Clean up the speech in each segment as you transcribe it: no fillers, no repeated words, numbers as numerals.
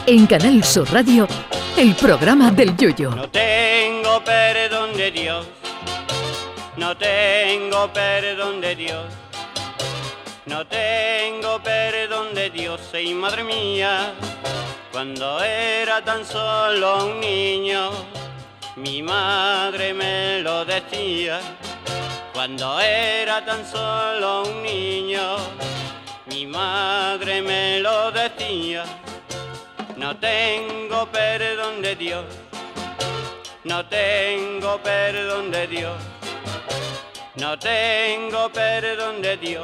En Canal Sur Radio, el programa del Yoyo. No tengo perdón de Dios, no tengo perdón de Dios, no tengo perdón de Dios, y madre mía, cuando era tan solo un niño, mi madre me lo decía. Cuando era tan solo un niño, mi madre me lo decía. No tengo perdón de Dios, no tengo perdón de Dios, no tengo perdón de Dios.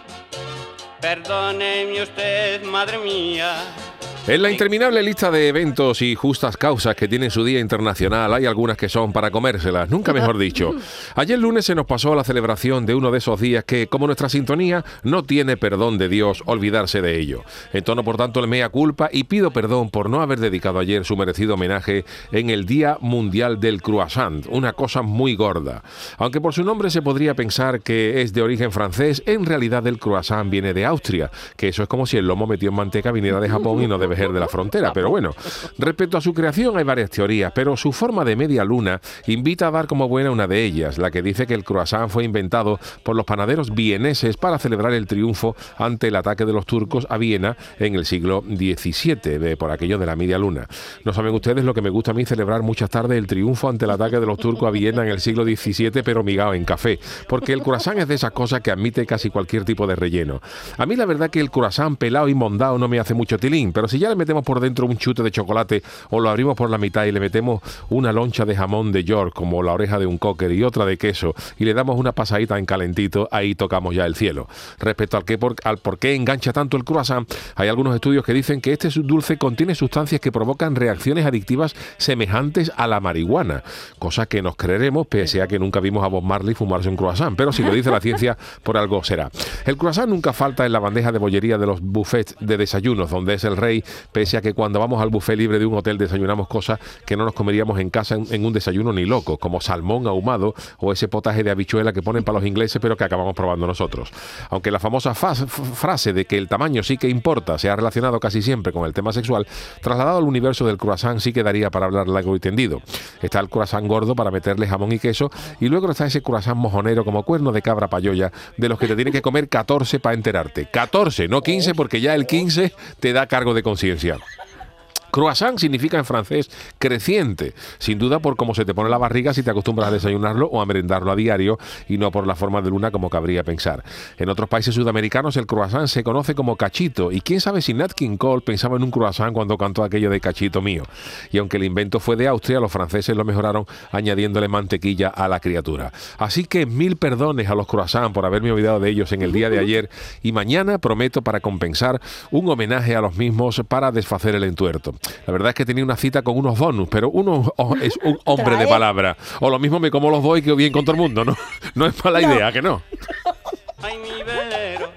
Perdóneme usted, madre mía. En la interminable lista de eventos y justas causas que tiene su Día Internacional hay algunas que son para comérselas, nunca mejor dicho. Ayer lunes se nos pasó la celebración de uno de esos días que, como nuestra sintonía, no tiene perdón de Dios olvidarse de ello. Entono por tanto el mea culpa y pido perdón por no haber dedicado ayer su merecido homenaje en el Día Mundial del Croissant, una cosa muy gorda. Aunque por su nombre se podría pensar que es de origen francés, en realidad el croissant viene de Austria, que eso es como si el lomo metido en manteca viniera de Japón y no de Vejer de la Frontera, pero bueno, respecto a su creación hay varias teorías, pero su forma de media luna invita a dar como buena una de ellas, la que dice que el croissant fue inventado por los panaderos vieneses para celebrar el triunfo ante el ataque de los turcos a Viena en el siglo XVII, por aquello de la media luna. No saben ustedes lo que me gusta a mí celebrar muchas tardes el triunfo ante el ataque de los turcos a Viena en el siglo XVII, pero migado en café, porque el croissant es de esas cosas que admite casi cualquier tipo de relleno. A mí la verdad que el croissant pelado y mondado no me hace mucho tilín, pero si ya le metemos por dentro un chute de chocolate o lo abrimos por la mitad y le metemos una loncha de jamón de York como la oreja de un cocker y otra de queso y le damos una pasadita en calentito, ahí tocamos ya el cielo. Respecto al por qué engancha tanto el croissant, hay algunos estudios que dicen que este dulce contiene sustancias que provocan reacciones adictivas semejantes a la marihuana, cosa que nos creeremos pese a que nunca vimos a Bob Marley fumarse un croissant, pero si lo dice la ciencia, por algo será. El croissant nunca falta en la bandeja de bollería de los buffets de desayunos, donde es el rey, pese a que cuando vamos al buffet libre de un hotel desayunamos cosas que no nos comeríamos en casa en un desayuno ni loco, como salmón ahumado o ese potaje de habichuela que ponen para los ingleses pero que acabamos probando nosotros. Aunque la famosa frase de que el tamaño sí que importa se ha relacionado casi siempre con el tema sexual, trasladado al universo del croissant sí quedaría para hablar largo y tendido. Está el croissant gordo para meterle jamón y queso y luego está ese croissant mojonero como cuerno de cabra payoya de los que te tienes que comer 14 para enterarte. 14, no 15, porque ya el 15 te da cargo de conciencia. Croissant significa en francés creciente, sin duda por cómo se te pone la barriga si te acostumbras a desayunarlo o a merendarlo a diario y no por la forma de luna como cabría pensar. En otros países sudamericanos el croissant se conoce como cachito y quién sabe si Nat King Cole pensaba en un croissant cuando cantó aquello de cachito mío. Y aunque el invento fue de Austria, los franceses lo mejoraron añadiéndole mantequilla a la criatura. Así que 1000 perdones a los croissants por haberme olvidado de ellos en el día de ayer y mañana prometo, para compensar, un homenaje a los mismos para desfacer el entuerto. La verdad es que tenía una cita con unos donuts, pero uno es un hombre de palabra. O lo mismo me como los dos y quedo bien con todo el mundo, ¿no? No es mala idea, que no. Ay, mi velero,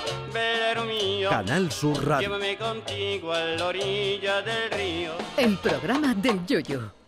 velero mío, Canal Sur Radio. llévame contigo a la orilla del río. El programa del Yoyo.